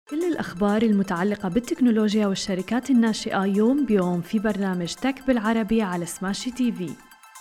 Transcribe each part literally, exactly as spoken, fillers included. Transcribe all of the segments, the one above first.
كل الأخبار المتعلقة بالتكنولوجيا والشركات الناشئة يوم بيوم في برنامج تك بالعربي على سماشي تي في.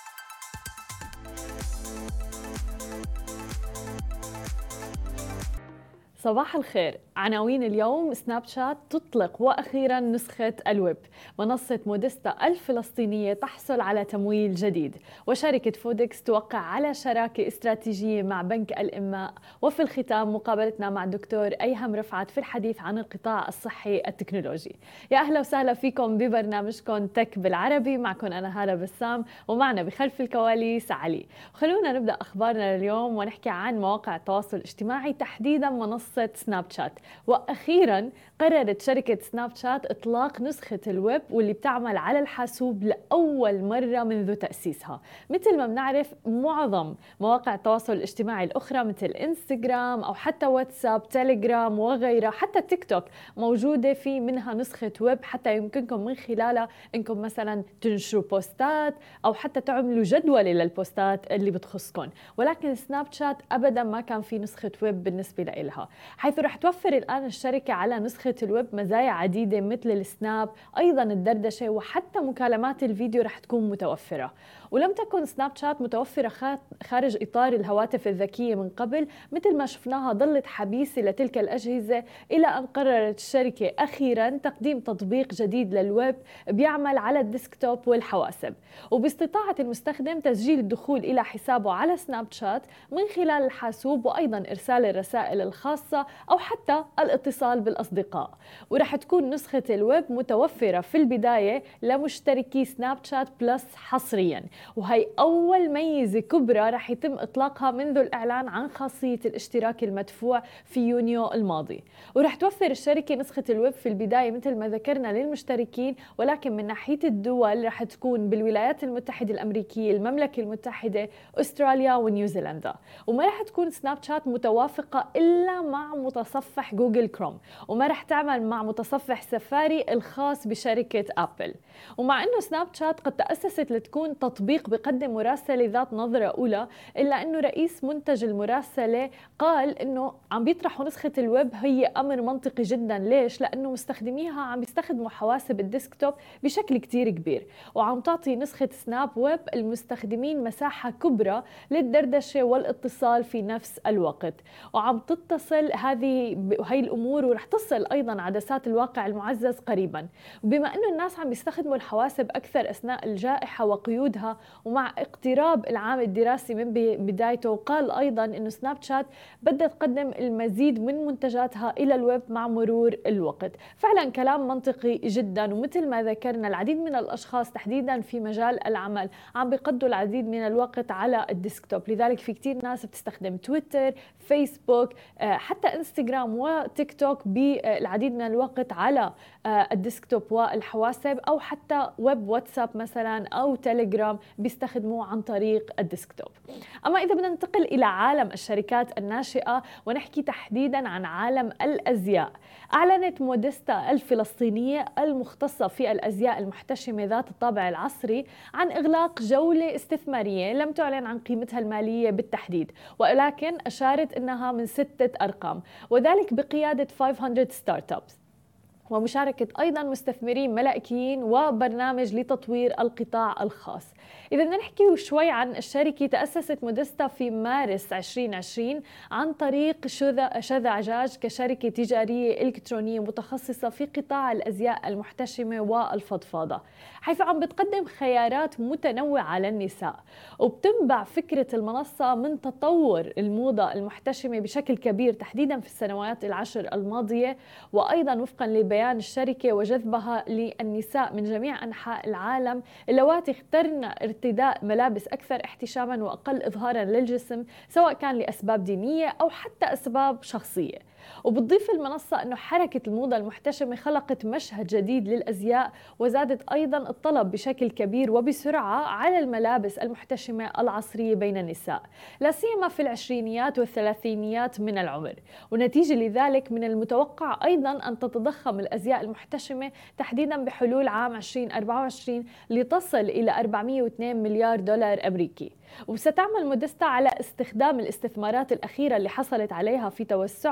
صباح الخير. عناوين اليوم: سناب شات تطلق وأخيرا نسخة الويب، منصة موديستا الفلسطينية تحصل على تمويل جديد، وشركة فودكس توقع على شراكة استراتيجية مع بنك الإنماء. وفي الختام مقابلتنا مع الدكتور أيهم رفعت في الحديث عن القطاع الصحي التكنولوجي. يا أهلا وسهلا فيكم ببرنامجكم تك بالعربي، معكم أنا هالة بسام ومعنا بخلف الكواليس علي. خلونا نبدأ أخبارنا اليوم ونحكي عن مواقع التواصل الاجتماعي، تحديدا منصة سناب شات. واخيرا قررت شركه سناب شات اطلاق نسخه الويب واللي بتعمل على الحاسوب لاول مره منذ تاسيسها. مثل ما بنعرف معظم مواقع التواصل الاجتماعي الاخرى مثل انستغرام او حتى واتساب، تيليجرام وغيرها، حتى تيك توك موجوده في منها نسخه ويب، حتى يمكنكم من خلالها انكم مثلا تنشروا بوستات او حتى تعملوا جدول للبوستات اللي بتخصكم. ولكن سناب شات ابدا ما كان في نسخه ويب بالنسبه لها، حيث رح توفر الآن الشركة على نسخة الويب مزايا عديدة مثل السناب، أيضا الدردشة، وحتى مكالمات الفيديو رح تكون متوفرة. ولم تكن سناب شات متوفرة خارج إطار الهواتف الذكية من قبل، مثل ما شفناها ظلت حبيسة لتلك الأجهزة، إلى أن قررت الشركة أخيرا تقديم تطبيق جديد للويب بيعمل على الديسكتوب والحواسب، وباستطاعة المستخدم تسجيل الدخول إلى حسابه على سناب شات من خلال الحاسوب، وأيضا إرسال الرسائل الخاصة أو حتى الاتصال بالأصدقاء. ورح تكون نسخة الويب متوفرة في البداية لمشتركي سناب شات بلس حصريا، وهي أول ميزة كبرى رح يتم إطلاقها منذ الإعلان عن خاصية الاشتراك المدفوع في يونيو الماضي. ورح توفر الشركة نسخة الويب في البداية مثل ما ذكرنا للمشتركين، ولكن من ناحية الدول رح تكون بالولايات المتحدة الأمريكية، المملكة المتحدة، أستراليا ونيوزيلندا. وما رح تكون سناب شات متوافقة إلا مع متصفح جوجل كروم، وما رح تعمل مع متصفح سفاري الخاص بشركة أبل. ومع أنه سناب شات قد تأسست لتكون تطبيق بقدم مراسلة ذات نظرة أولى، إلا أنه رئيس منتج المراسلة قال أنه عم بيطرحوا نسخة الويب هي أمر منطقي جدا. ليش؟ لأنه مستخدميها عم بيستخدموا حواسب الديسكتوب بشكل كتير كبير، وعم تعطي نسخة سناب ويب المستخدمين مساحة كبرى للدردشة والاتصال في نفس الوقت. وعم تتصل هذه هاي الأمور ورح تصل أيضا عدسات الواقع المعزز قريبا. وبما أنه الناس عم بيستخدموا الحواسب أكثر أثناء الجائحة وقيودها، ومع اقتراب العام الدراسي من بدايته، قال أيضا أنه سناب شات بدها تقدم المزيد من منتجاتها إلى الويب مع مرور الوقت. فعلا كلام منطقي جدا، ومثل ما ذكرنا العديد من الأشخاص تحديدا في مجال العمل عم بيقضوا العديد من الوقت على الديسكتوب، لذلك في كتير ناس بتستخدم تويتر، فيسبوك، حتى انستغرام وتيك توك بالعديد من الوقت على الديسكتوب والحواسب، أو حتى ويب واتساب مثلا أو تيليجرام بيستخدموه عن طريق الديسكتوب. أما إذا بدنا ننتقل إلى عالم الشركات الناشئة ونحكي تحديدا عن عالم الأزياء، أعلنت موديستا الفلسطينية المختصة في الأزياء المحتشمة ذات الطابع العصري عن إغلاق جولة استثمارية لم تعلن عن قيمتها المالية بالتحديد، ولكن أشارت أنها من ستة أرقام، وذلك بقيادة خمسمئة ستارت أبس، ومشاركة أيضا مستثمرين ملائكيين، وبرنامج لتطوير القطاع الخاص. إذا بدنا نحكي شوي عن الشركة، تأسست موديستا في مارس ألفين وعشرين عن طريق شذا عجاج كشركة تجارية إلكترونية متخصصة في قطاع الأزياء المحتشمة والفضفاضة، حيث عم بتقدم خيارات متنوعة للنساء، وبتنبع فكرة المنصة من تطور الموضة المحتشمة بشكل كبير تحديدا في السنوات العشر الماضية، وأيضا وفقا لبيان الشركة وجذبها للنساء من جميع أنحاء العالم اللواتي اخترن ارتداء ملابس أكثر احتشاما وأقل إظهارا للجسم، سواء كان لأسباب دينية أو حتى أسباب شخصية. وبتضيف المنصة أنه حركة الموضة المحتشمة خلقت مشهد جديد للأزياء، وزادت أيضا الطلب بشكل كبير وبسرعة على الملابس المحتشمة العصرية بين النساء، لا سيما في العشرينيات والثلاثينيات من العمر. ونتيجة لذلك من المتوقع أيضا أن تتضخم الأزياء المحتشمة تحديدا بحلول عام ألفين وأربعة وعشرين لتصل إلى أربعمئة واثنين مليار دولار أمريكي. وستعمل موديستا على استخدام الاستثمارات الأخيرة اللي حصلت عليها في توسعها في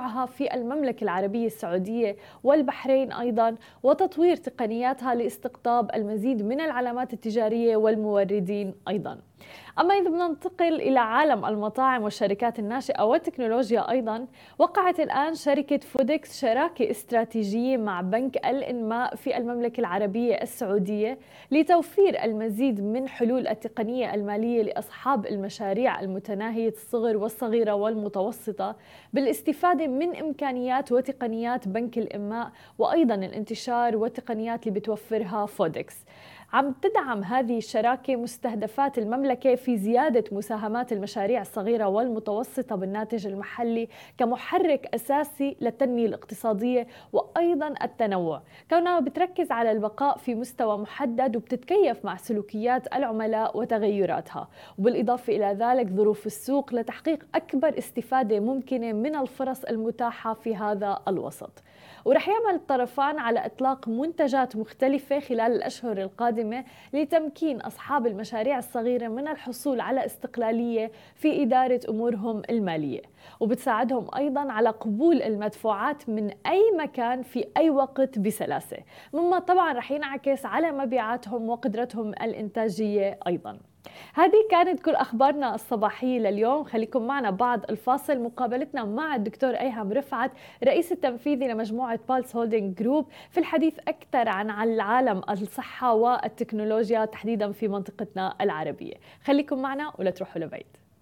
في المملكة العربية السعودية والبحرين أيضا، وتطوير تقنياتها لاستقطاب المزيد من العلامات التجارية والموردين أيضا. أما إذا بدنا ننتقل إلى عالم المطاعم والشركات الناشئة والتكنولوجيا أيضا، وقعت الآن شركة فودكس شراكة استراتيجية مع بنك الإنماء في المملكة العربية السعودية لتوفير المزيد من حلول التقنية المالية لأصحاب المشاريع المتناهية الصغر والصغيرة والمتوسطة، بالاستفادة من إمكانيات وتقنيات بنك الإنماء وأيضا الانتشار والتقنيات اللي بتوفرها فودكس. عم تدعم هذه الشراكة مستهدفات المملكة في زيادة مساهمات المشاريع الصغيرة والمتوسطة بالناتج المحلي كمحرك أساسي للتنمية الاقتصادية وأيضا التنوع، كونها بتركز على البقاء في مستوى محدد وبتتكيف مع سلوكيات العملاء وتغيراتها، وبالإضافة إلى ذلك ظروف السوق لتحقيق أكبر استفادة ممكنة من الفرص المتاحة في هذا الوسط. ورح يعمل الطرفان على إطلاق منتجات مختلفة خلال الأشهر القادمة لتمكين أصحاب المشاريع الصغيرة من الحصول على استقلالية في إدارة أمورهم المالية، وبتساعدهم أيضاً على قبول المدفوعات من أي مكان في أي وقت بسلاسة، مما طبعاً رح ينعكس على مبيعاتهم وقدرتهم الإنتاجية أيضاً. هذه كانت كل أخبارنا الصباحية لليوم. خليكم معنا بعد الفاصل مقابلتنا مع الدكتور أيهم رفعت رئيس التنفيذي لمجموعة بالس هولدينج جروب في الحديث أكثر عن العالم الصحة والتكنولوجيا تحديدا في منطقتنا العربية. خليكم معنا ولا تروحوا لبعيد.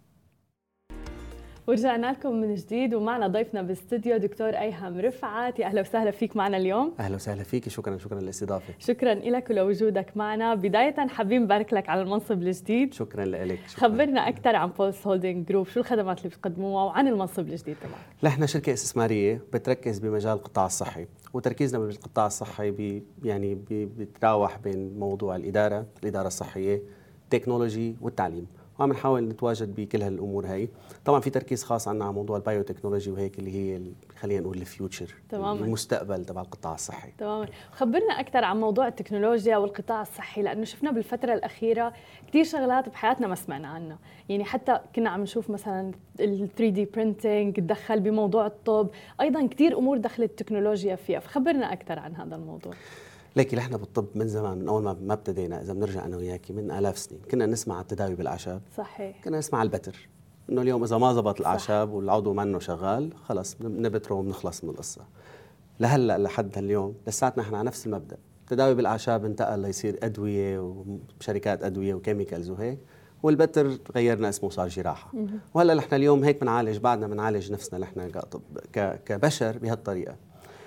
ورجعنا لكم من جديد ومعنا ضيفنا بالاستوديو دكتور أيهم رفعت. يا أهلا وسهلا فيك معنا اليوم. أهلا وسهلا فيك، شكرا شكرا للاستضافة. شكرا لك ولوجودك معنا. بداية حابين نبارك لك على المنصب الجديد. شكرا لك. خبرنا أكثر عن بالس هولدينج جروب، شو الخدمات اللي بتقدموها وعن المنصب الجديد تبعك. نحن شركة استثمارية بتركز بمجال القطاع الصحي، وتركيزنا بالقطاع الصحي بي يعني بي بيتراوح بين موضوع الإدارة، الإدارة الصحية، التكنولوجي والتعليم، وعم نحاول نتواجد بكل هالامور هاي. طبعا في تركيز خاص عنا على موضوع البايو تكنولوجي وهيك اللي هي خلينا نقول الفيوتشر، تماما المستقبل تبع القطاع الصحي. تماما. خبرنا اكثر عن موضوع التكنولوجيا والقطاع الصحي، لانه شفنا بالفتره الاخيره كثير شغلات بحياتنا ما سمعنا عنها، يعني حتى كنا عم نشوف مثلا ال ثري دي printing تدخل بموضوع الطب، ايضا كثير امور دخلت التكنولوجيا فيها، فخبرنا اكثر عن هذا الموضوع. لكن احنا بالطب من زمان، من اول ما ما ابتدينا، اذا بنرجع انا وياكي من آلاف سنين كنا نسمع التداوي بالاعشاب. صحيح. كنا نسمع البتر، انه اليوم اذا ما زبط الاعشاب والعضو منه شغال خلص بنبتره وبنخلص من القصه. لهلا لحد هاليوم لساتنا احنا على نفس المبدا، التداوي بالاعشاب انتقل ليصير ادويه وشركات ادويه وكيميكالز وهيك، والبتر غيرنا اسمه صار جراحه. وهلا نحن اليوم هيك بنعالج، بعدنا بنعالج نفسنا نحن كبشر بهالطريقه.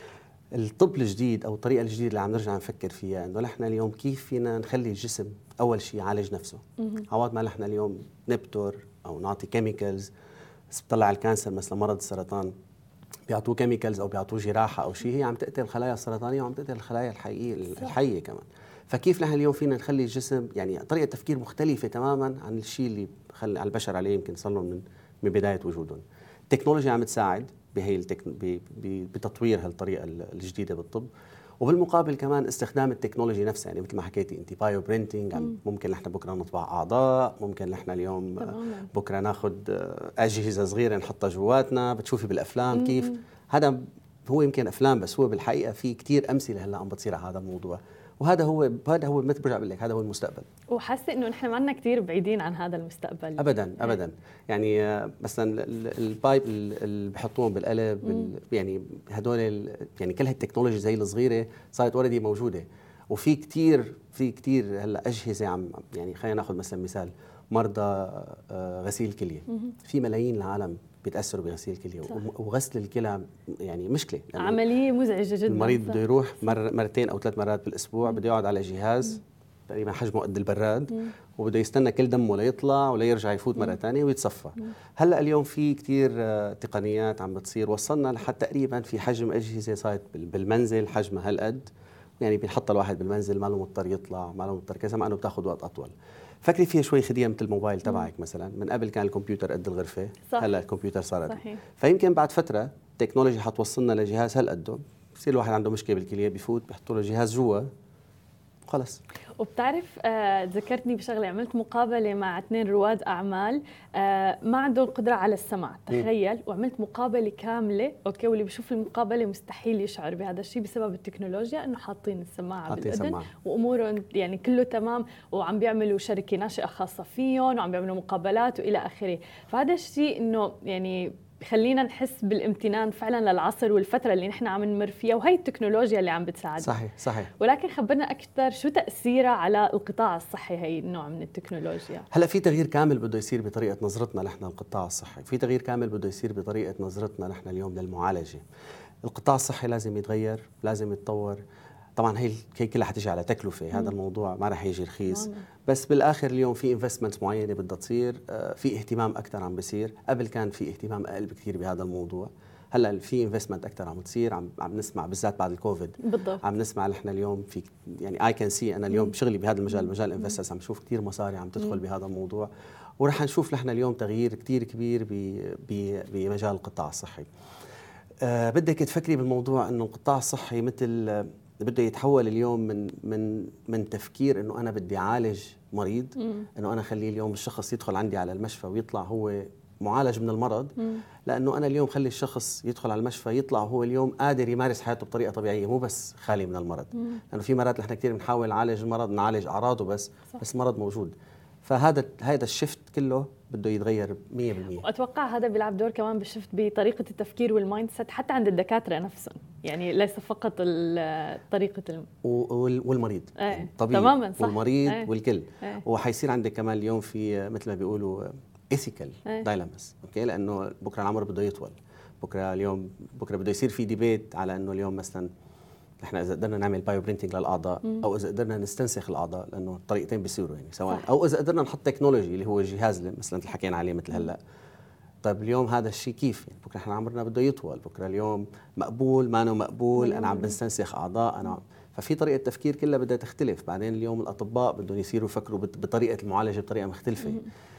الطب الجديد او الطريقه الجديده اللي عم نرجع نفكر فيها انه نحن اليوم كيف فينا نخلي الجسم اول شيء يعالج نفسه. عوض ما نحن اليوم نبتر او نعطي كيميكالز، بس بتطلع الكانسر مثلا مرض السرطان بيعطوه كيميكالز او بيعطوه جراحه او شيء، هي عم تقتل الخلايا السرطانيه وعم تقتل الخلايا الحقيقيه الحيه كمان. فكيف نحن اليوم فينا نخلي الجسم يعني طريقه تفكير مختلفه تماما عن الشيء اللي خلى البشر عليه يمكن صار لهم من من بدايه وجودهم. التكنولوجيا عم تساعد بهي التكن... ب... ب... بتطوير هالطريقه الجديده بالطب، وبالمقابل كمان استخدام التكنولوجي نفسها، يعني مثل ما حكيتي انت بايو برينتينج، ممكن نحن بكره نطبع اعضاء، ممكن نحن اليوم تماما. بكره ناخذ اجهزه صغيره نحطها جواتنا، بتشوفي بالافلام كيف هذا هو يمكن افلام، بس هو بالحقيقه في كثير امثله هلا عم بتصير على هذا الموضوع، وهذا هو هذا هو مثل برجع بقول لك هذا هو المستقبل. وحاسه انه نحن ما لنا كثير بعيدين عن هذا المستقبل ابدا ابدا. يعني مثلا البايب اللي بحطوهم بالقلب، يعني هدول يعني كل هالتكنولوجي زي الصغيره صارت اوريدي موجوده، وفي كثير في كثير هلا اجهزه عم يعني خلينا ناخذ مثلا مثال مرضى غسيل كليه، في ملايين العالم بيتاثروا بغسيل الكليه، وغسل الكلى يعني مشكله، عمليه مزعجه جدا. المريض بده يروح مر مرتين او ثلاث مرات بالاسبوع، بده يقعد على جهاز تقريبا حجمه قد البراد، مم. وبده يستنى كل دمه ليطلع ولا يرجع يفوت مره ثانيه ويتصفى. مم. هلا اليوم في كثير تقنيات عم بتصير، وصلنا لحد تقريبا في حجم اجهزه صارت بالمنزل حجمها هالقد، يعني بينحط الواحد بالمنزل ما له مضطر يطلع، ما له مضطر كذا، مع انه بتاخذ وقت اطول. فكري فيها شوي، خديها مثل الموبايل تبعك مثلا، من قبل كان الكمبيوتر قد الغرفه، صح. هلا الكمبيوتر صار قد، فيمكن بعد فتره التكنولوجيا حتوصلنا لجهاز هالقده، بصير الواحد عنده مشكله بالكليه بفوت بيحطوا له جهاز جوا خلص. وبتعرف آه ذكرتني بشغله، عملت مقابله مع اثنين رواد اعمال آه ما عندهم قدره على السمع، تخيل، وعملت مقابله كامله اوكي، واللي بيشوف المقابله مستحيل يشعر بهذا الشيء بسبب التكنولوجيا، انه حاطين السماعه بالاذن وامورهم يعني كله تمام، وعم بيعملوا شركه ناشئه خاصه فيهم وعم بيعملوا مقابلات والى اخره. فهذا الشيء انه يعني خلينا نحس بالامتنان فعلا للعصر والفتره اللي نحن عم نمر فيها، وهي التكنولوجيا اللي عم بتساعدنا. صحيح صحيح. ولكن خبرنا اكثر شو تاثيرها على القطاع الصحي هي النوع من التكنولوجيا؟ هلا في تغيير كامل بده يصير بطريقه نظرتنا نحن للقطاع الصحي، في تغيير كامل بده يصير بطريقه نظرتنا نحن اليوم للمعالجه. القطاع الصحي لازم يتغير، لازم يتطور. طبعا هي هي كلها حتيجي على تكلفه، مم. هذا الموضوع ما راح يجي رخيص، مم. بس بالاخر اليوم في انفستمنت معينه بدها تصير، في اهتمام اكثر عم بيصير، قبل كان في اهتمام اقل بكثير بهذا الموضوع، هلا في انفستمنت اكثر عم تصير، عم عم نسمع بالذات بعد الكوفيد بالضبط، عم نسمع نحن اليوم في يعني اي كان سي، انا اليوم بشغلي بهذا المجال مجال انفستس، عم نشوف كثير مصاري عم تدخل مم. بهذا الموضوع، ورح نشوف نحن اليوم تغيير كثير كبير بمجال القطاع الصحي. أه بدك تفكري بالموضوع انه القطاع الصحي مثل بده يتحول اليوم من من من تفكير انه انا بدي اعالج مريض، مم. انه انا خليه اليوم الشخص يدخل عندي على المشفى ويطلع هو معالج من المرض، مم. لانه انا اليوم خلي الشخص يدخل على المشفى يطلع هو اليوم قادر يمارس حياته بطريقه طبيعيه، مو بس خالي من المرض، مم. لانه في مرات نحن كثير بنحاول نعالج المرض، نعالج اعراضه بس صح. بس المرض موجود. فهذا هذا الشفت كله بده يتغير مية بالمية. واتوقع هذا بيلعب دور كمان بالشفت بطريقه التفكير والمايند سيت حتى عند الدكاتره نفسهم، يعني ليس فقط طريقه الم... والمريض ايه. الطبيب تماما صح. والمريض ايه. والكل ايه. وحيصير عندك كمان اليوم في مثل ما بيقولوا ايثيكال دايلماس، اوكي، لانه بكره العمر بده يطول، بكره اليوم بكره بده يصير في ديبيت على انه اليوم مثلا احنا اذا قدرنا نعمل بايو برينتينج للاعضاء، مم. او اذا قدرنا نستنسخ الاعضاء، لانه الطريقتين بيصيروا يعني سواء، او اذا قدرنا نحط تكنولوجي اللي هو الجهاز اللي مثلا اللي حكينا عليه مثل هلا. طيب اليوم هذا الشيء كيف يعني بكره احنا عمرنا بده يطول، بكره اليوم مقبول ما مقبول، انا عم بنستنسخ اعضاء، انا ففي طريقه تفكير كلها بدها تختلف. بعدين اليوم الاطباء بدهم يصيروا يفكروا بطريقه المعالجه بطريقه مختلفه.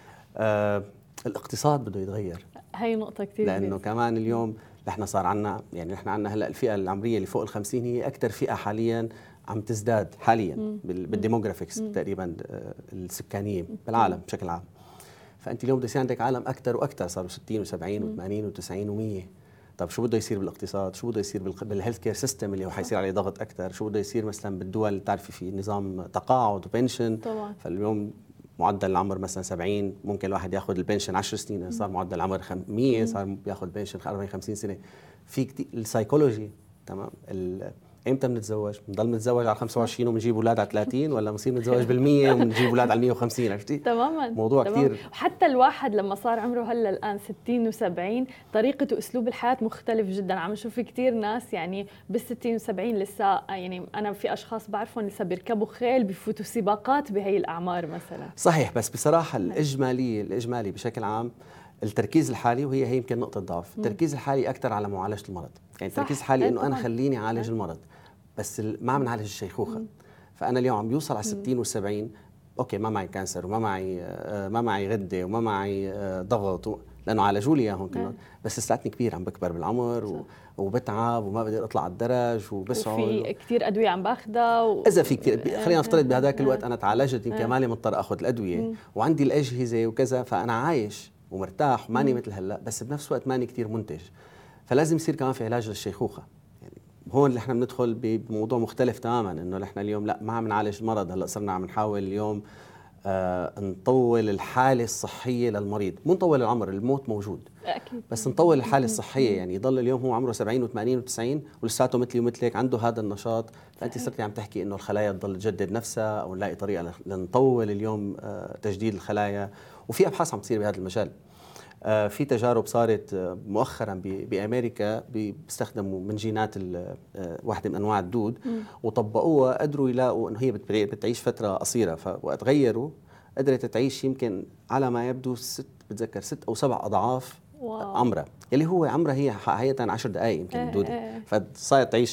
آه الاقتصاد بده يتغير، هي نقطه كثير، لانه بيس. كمان اليوم نحن صار عندنا يعني نحن عندنا هلا الفئه العمريه اللي فوق الخمسين هي اكثر فئه حاليا عم تزداد حاليا بالديموغرافيكس تقريبا السكانيه بالعالم بشكل عام. فانت اليوم بده يصير عندك عالم اكثر واكثر، صاروا ستين وسبعين وثمانين وتسعين ومية. طيب شو بده يصير بالاقتصاد؟ شو بده يصير بالهيلث كير سيستم اللي هو حيصير عليه ضغط اكثر؟ شو بده يصير مثلا بالدول اللي بتعرفي في نظام تقاعد وبنشن طبعا. فاليوم معدل العمر مثلا سبعين، ممكن الواحد ياخذ البنشن عشر سنين، صار معدل العمر مية، صار بياخذ بنشن أربعين خمسين سنه. في كثير السايكولوجي، تمام، امتى بنتزوج؟ بنضل متزوج على خمسة وعشرين وبنجيب اولاد على ثلاثين، ولا بنصير نتزوج بالمية وبنجيب اولاد على مية وخمسين؟ عرفتي؟ تماما، موضوع كثير. وحتى الواحد لما صار عمره هلا الان ستين وسبعين، طريقه واسلوب الحياه مختلف جدا. عم نشوف كثير ناس يعني بالستين وسبعين لسه، يعني انا في اشخاص بعرفهم لسه بيركبوا خيل، بيفوتوا سباقات بهي الاعمار مثلا. صحيح، بس بصراحه الاجمالي الاجمالي بشكل عام التركيز الحالي، وهي هي يمكن نقطه ضعف، التركيز الحالي اكثر على معالجه المرض، يعني التركيز الحالي انه انا خليني اعالج المرض بس ما عم نعالج الشيخوخه. فانا اليوم عم بيوصل على ستين وسبعين، اوكي ما معي كانسر وما معي ما معي غده وما معي ضغط، لانه عالجوا لي اياهم كلهم، بس لساتني كبير عم بكبر بالعمر وبتعب وما بقدر اطلع على الدرج وبسعد، وفي كثير ادويه عم باخذها و... اذا في كثير، خلينا نفترض بهذاك الوقت انا تعالجت يمكن مالي مضطر اخذ الادويه وعندي الاجهزه وكذا، فانا عايش ومرتاح وماني مثل هلا، بس بنفس الوقت ماني كثير منتج. فلازم يصير كمان في علاج للشيخوخه. هون اللي احنا بندخل بموضوع مختلف تماما، انه نحن اليوم لا ما عم نعالج المرض، هلا صرنا عم نحاول اليوم آه نطول الحاله الصحيه للمريض، مو نطول العمر، الموت موجود اكيد، بس نطول الحاله الصحيه، يعني يضل اليوم هو عمره سبعين وثمانين وتسعين ولساته مثلي ومثلك عنده هذا النشاط. فانت صرتي عم تحكي انه الخلايا تضل تجدد نفسها، او نلاقي طريقه لنطول اليوم آه تجديد الخلايا، وفي ابحاث عم تصير بهذا المجال. آه في تجارب صارت آه مؤخرا بامريكا بيستخدموا من جينات آه واحده من انواع الدود، م. وطبقوها، قدروا يلاقوا انه هي بتعيش فتره قصيره، فوقت غيروا قدرت تعيش يمكن على ما يبدو ست بتذكر ست او سبع اضعاف عمرها، يلي هو عمرها هي حقيقه عشر دقائق يمكن الدوده، فصارت تعيش.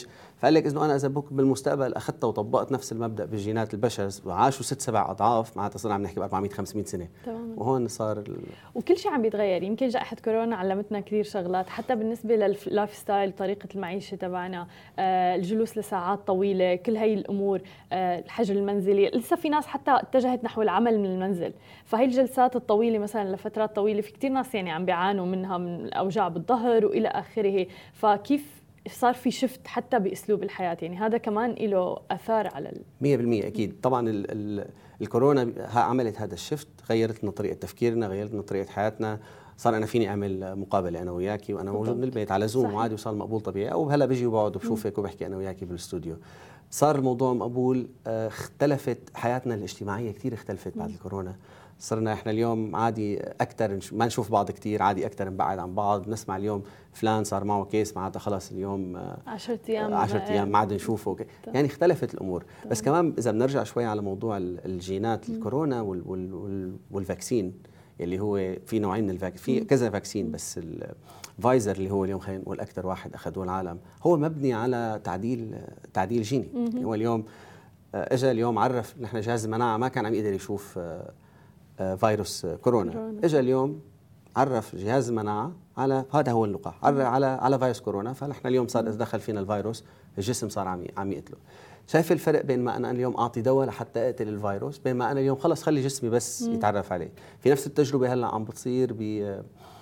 فقال لك انه انا اذا بك بالمستقبل اخذت وطبقت نفس المبدا بجينات البشر وعاشوا ست سبع اضعاف، معناتها صرنا عم نحكي ب أربعمية خمسمية سنه. تمام. وهون صار ال... وكل شيء عم بيتغير. يمكن جائحه كورونا علمتنا كثير شغلات، حتى بالنسبه لللايف ستايل، طريقه المعيشه تبعنا، آه الجلوس لساعات طويله، كل هي الامور، آه الحجر المنزلي. لسه في ناس حتى اتجهت نحو العمل من المنزل، فهي الجلسات الطويله مثلا لفترات طويله في كثير ناس يعني عم بيعانوا منها، من اوجاع بالظهر والى اخره. فكيف صار في شفت حتى باسلوب الحياه؟ يعني هذا كمان له اثار على ال... مية بالمية اكيد. طبعا ال ال الكورونا عملت هذا الشفت، غيرت لنا طريقه تفكيرنا، غيرت لنا طريقه حياتنا. صار انا فيني اعمل مقابله انا وياكي وانا موجود من البيت على زوم وعادي، وصار مقبول طبيعي. او هلا بيجي وبقعد وبشوفك وبحكي انا وياكي بالاستوديو. صار الموضوع مقبول. اختلفت حياتنا الاجتماعيه كثير، اختلفت بعد الكورونا. صرنا احنا اليوم عادي اكثر ما نشوف بعض كثير، عادي اكثر نبعد عن بعض. بنسمع اليوم فلان صار معه كيس، معناتها خلص اليوم عشرة ايام عشرة ايام ما عاد نشوفه. يعني اختلفت الامور. طبعا. بس كمان اذا بنرجع شوي على موضوع الجينات، الكورونا وال وال والفاكسين اللي هو في نوعين من الفاكسين، في كذا فاكسين، بس الفايزر اللي هو اليوم خلينا نقول اكثر واحد اخذوه العالم، هو مبني على تعديل تعديل جيني. يعني هو اليوم اجى اليوم عرف نحن جهاز المناعه ما كان عم يقدر يشوف فيروس كورونا, كورونا. اجى اليوم عرف جهاز المناعه على هذا هو اللقاح، عرف على على فيروس كورونا. فنحن اليوم صار اذا دخل فينا الفيروس الجسم صار عم عم يقتله. شايف الفرق بين ما انا اليوم اعطي دواء لحتى اقتل الفيروس، بين ما انا اليوم خلص خلي جسمي بس م. يتعرف عليه. في نفس التجربه هلا عم بتصير ب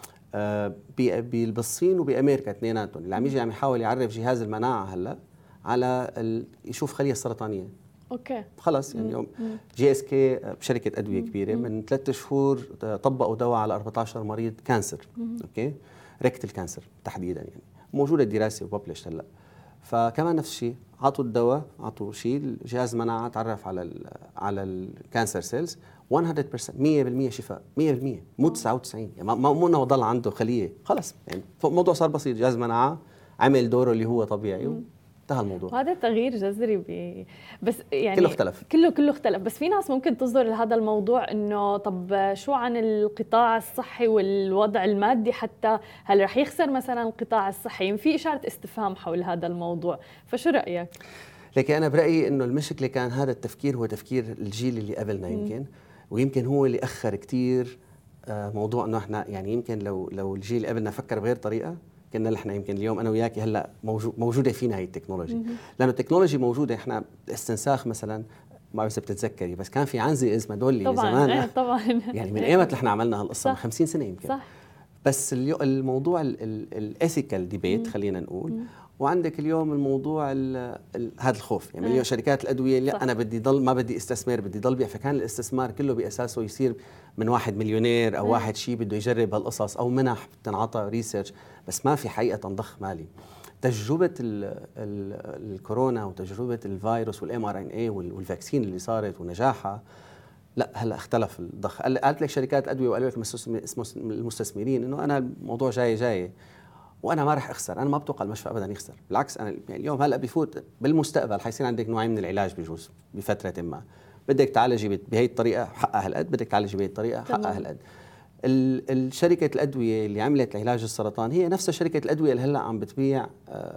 بالصين وبامريكا اثنيناتهم. اللي عم يجي عم يحاول يعرف جهاز المناعه هلا على ال... يشوف خليه السرطانيه. اوكي خلص يعني اليوم جي اس كي شركه ادويه كبيره من ثلاث شهور طبقوا دواء على أربعة عشر مريض كانسر. اوكي ريكت الكانسر تحديدا، يعني موجوده الدراسه وببلش هلا. فكمان نفس الشيء، عطوا الدواء، عطوا شيء، جهاز المناعه تعرف على ال على الكانسر سيلز مية بالمية شفاء، مية بالمية مو تسعة وتسعين. يعني ما مو انه ضل عنده خليه خلص. يعني الموضوع صار بسيط، جهاز المناعه عمل دوره اللي هو طبيعي و انتهى الموضوع. وهذا تغيير جذري ب... بس يعني كله اختلف كله كله اختلف. بس في ناس ممكن تصدر لهذا الموضوع انه طب شو عن القطاع الصحي والوضع المادي؟ حتى هل رح يخسر مثلا القطاع الصحي؟ في اشاره استفهام حول هذا الموضوع، فشو رايك؟ لكن انا برايي انه المشكله كان هذا التفكير هو تفكير الجيل اللي قبلنا يمكن م. ويمكن هو اللي اخر كثير موضوع انه احنا يعني يمكن لو لو الجيل اللي قبلنا فكر بغير طريقه كنا نحن يمكن اليوم انا وياكي هلا موجوده فينا هي التكنولوجي. لانه التكنولوجي موجوده. احنا استنساخ مثلا ما بعرف اذا بتتذكري، بس كان في عنزي اسمها دولي طبعا زمان. ايه طبعا يعني من ايمت نحن عملنا هالقصه من خمسين سنه يمكن. صح. بس الموضوع الايثيكال ديبيت خلينا نقول مم. وعندك اليوم الموضوع هذا الخوف. يعني اليوم شركات الادويه لا صح. انا بدي ضل ما بدي استثمر، بدي ضل بيع. فكان الاستثمار كله باساسه يصير من واحد مليونير او مم. واحد شيء بده يجرب هالقصص او منح تنعطى ريسيرش، بس ما في حقيقه ضخ مالي. تجربه ال ال الكورونا وتجربه الفيروس والام ار ان اي والفاكسين اللي صارت ونجاحها، لا هلا اختلف الضخ. قالت لك شركات ادويه وقالت لك المستثمرين انه انا الموضوع جاي جاي وانا ما راح اخسر. انا ما بتوقع المشفى ابدا يخسر، بالعكس انا يعني اليوم هلا بفوت بالمستقبل حيصير عندك نوعين من العلاج بجوز بفتره ما. بدك تعالجي بهي الطريقه حقها هالقد، بدك تعالجي بهي الطريقه حقها هالقد. الشركه الادويه اللي عملت علاج السرطان هي نفس شركه الادويه اللي هلا عم بتبيع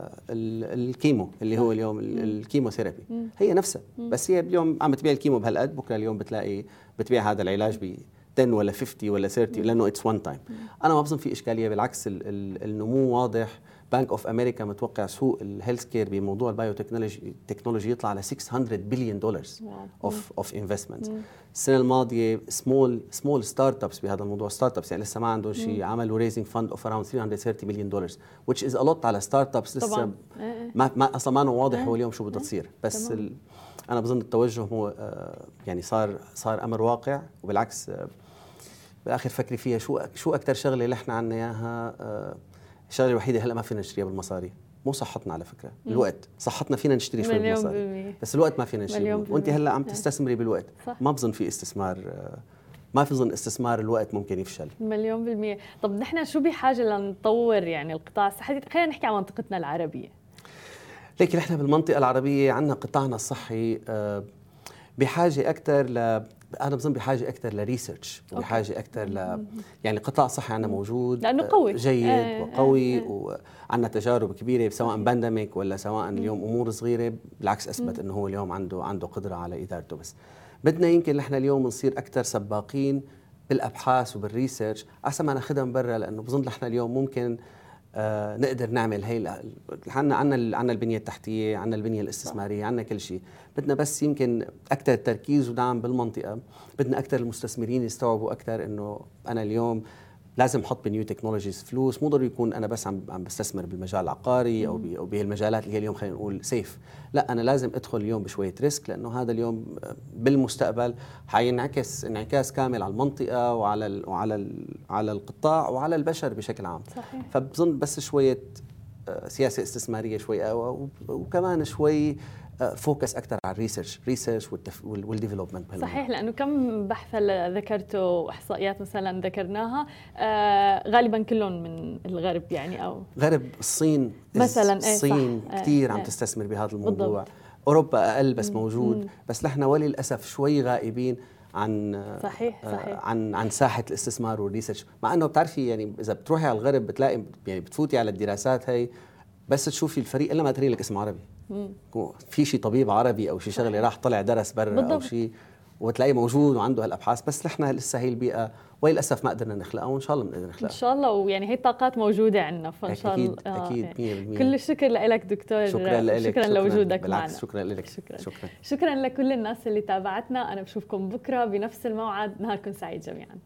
الكيمو اللي هو اليوم الكيموثيرابي، هي نفسها. بس هي اليوم عم بتبيع الكيمو بهالقد، بكره اليوم بتلاقي بتبيع هذا العلاج ب عشرة ولا خمسين ولا ثلاثين لانه اتس وان تايم. انا ما بظن في اشكاليه، بالعكس ال ال النمو واضح. بانك اوف امريكا متوقع سوق الهيلث كير بموضوع البايو تكنولوجي تكنولوجي يطلع على ستمية بليون دولار اوف اوف انفستمنت. السنه الماضيه سمول سمول ستارت ابس بهذا الموضوع، ستارت ابس يعني لسه ما عندهم شيء، عملوا ريزنج فند اوف اراوند ثلاثمية وثلاثين مليون دولار which is a lot على ستارت ابس لسه ما, ما اصلا ما واضح هو اليوم شو بده تصير. بس انا بظن التوجه هو يعني صار صار امر واقع. وبالعكس بالاخر فكري فيها شو شو اكثر شغله اللي احنا عندنا اياها. الشغله الوحيده هلا ما فينا نشتريها بالمصاري، مو صحتنا على فكره، الوقت. صحتنا فينا نشتري شوي بالمصاري بس الوقت ما فينا نشتري. وانت هلا عم تستثمري بالوقت. صح. ما بظن في استثمار، ما في ظن استثمار الوقت ممكن يفشل. مليون بالمية. طب نحن شو بحاجه لنطور يعني القطاع الصحي؟ خلينا نحكي عن منطقتنا العربيه. لكن احنا بالمنطقه العربيه عندنا قطاعنا الصحي بحاجه اكثر ل انا بظن بحاجه اكثر لريسيرش، وبحاجه اكثر ل يعني قطاع صحي عندنا موجود لانه قوي جيد آه وقوي، آه آه. وعندنا تجارب كبيره سواء بانديميك ولا سواء اليوم امور صغيره بالعكس اثبت مم. انه هو اليوم عنده عنده قدره على ادارته. بس بدنا يمكن نحن اليوم نصير اكثر سباقين بالابحاث وبالريسيرش احسن ما ناخذها من برا، لانه بظن نحن اليوم ممكن آه نقدر نعمل هي. عندنا عندنا عندنا البنيه التحتيه، عندنا البنيه الاستثماريه، عندنا كل شيء. بدنا بس يمكن اكثر تركيز ودعم بالمنطقه، بدنا اكثر المستثمرين يستوعبوا اكثر انه انا اليوم لازم احط بنيو تكنولوجيز فلوس، مو ضروري يكون انا بس عم عم بستثمر بالمجال العقاري او او بهالمجالات اللي هي اليوم خلينا نقول سيف. لا، انا لازم ادخل اليوم بشويه ريسك، لانه هذا اليوم بالمستقبل حينعكس انعكاس كامل على المنطقه وعلى ال وعلى ال على القطاع وعلى البشر بشكل عام. صحيح. فبظن بس شويه سياسه استثماريه شوي اقوى، وكمان شوي فوكس اكثر على الريسيرش ريسيرش والديفلوبمنت. صحيح، لانه كم بحث ذكرته احصائيات مثلا ذكرناها آه غالبا كلهم من الغرب يعني، او غرب الصين مثلا. الصين ايه كثير ايه عم تستثمر بهذا الموضوع. بالضبط. اوروبا اقل بس مم. موجود. مم. بس نحن وللاسف شوي غائبين عن صحيح صحيح عن عن ساحه الاستثمار والريسيرش، مع انه بتعرفي يعني اذا بتروحي على الغرب بتلاقي يعني بتفوتي على الدراسات هي بس تشوفي الفريق الا ما تري لك اسم عربي. مم. في شيء طبيب عربي او شيء شغله راح طلع درس برا او شيء وتلاقيه موجود وعنده هالابحاث، بس نحن لسه هي البيئه وللاسف ما قدرنا نخلقها، وان شاء الله بنقدر نخلقها ان شاء الله. ويعني هي الطاقات موجودة عندنا، فان شاء الله اكيد اكيد مية بالمية. كل الشكر لك دكتور. شكرا لك، شكرا, شكرا لوجودك معنا. شكرا لك. شكرا. شكرا شكرا لكل الناس اللي تابعتنا. انا بشوفكم بكره بنفس الموعد. نهاركم سعيد جميعا.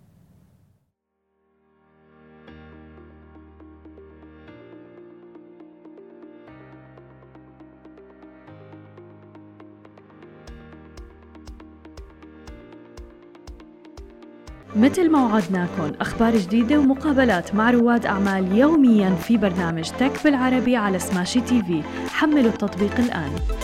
مثل ما وعدناكم أخبار جديدة ومقابلات مع رواد أعمال يومياً في برنامج تك بالعربي على سماشي تي في. حملوا التطبيق الآن.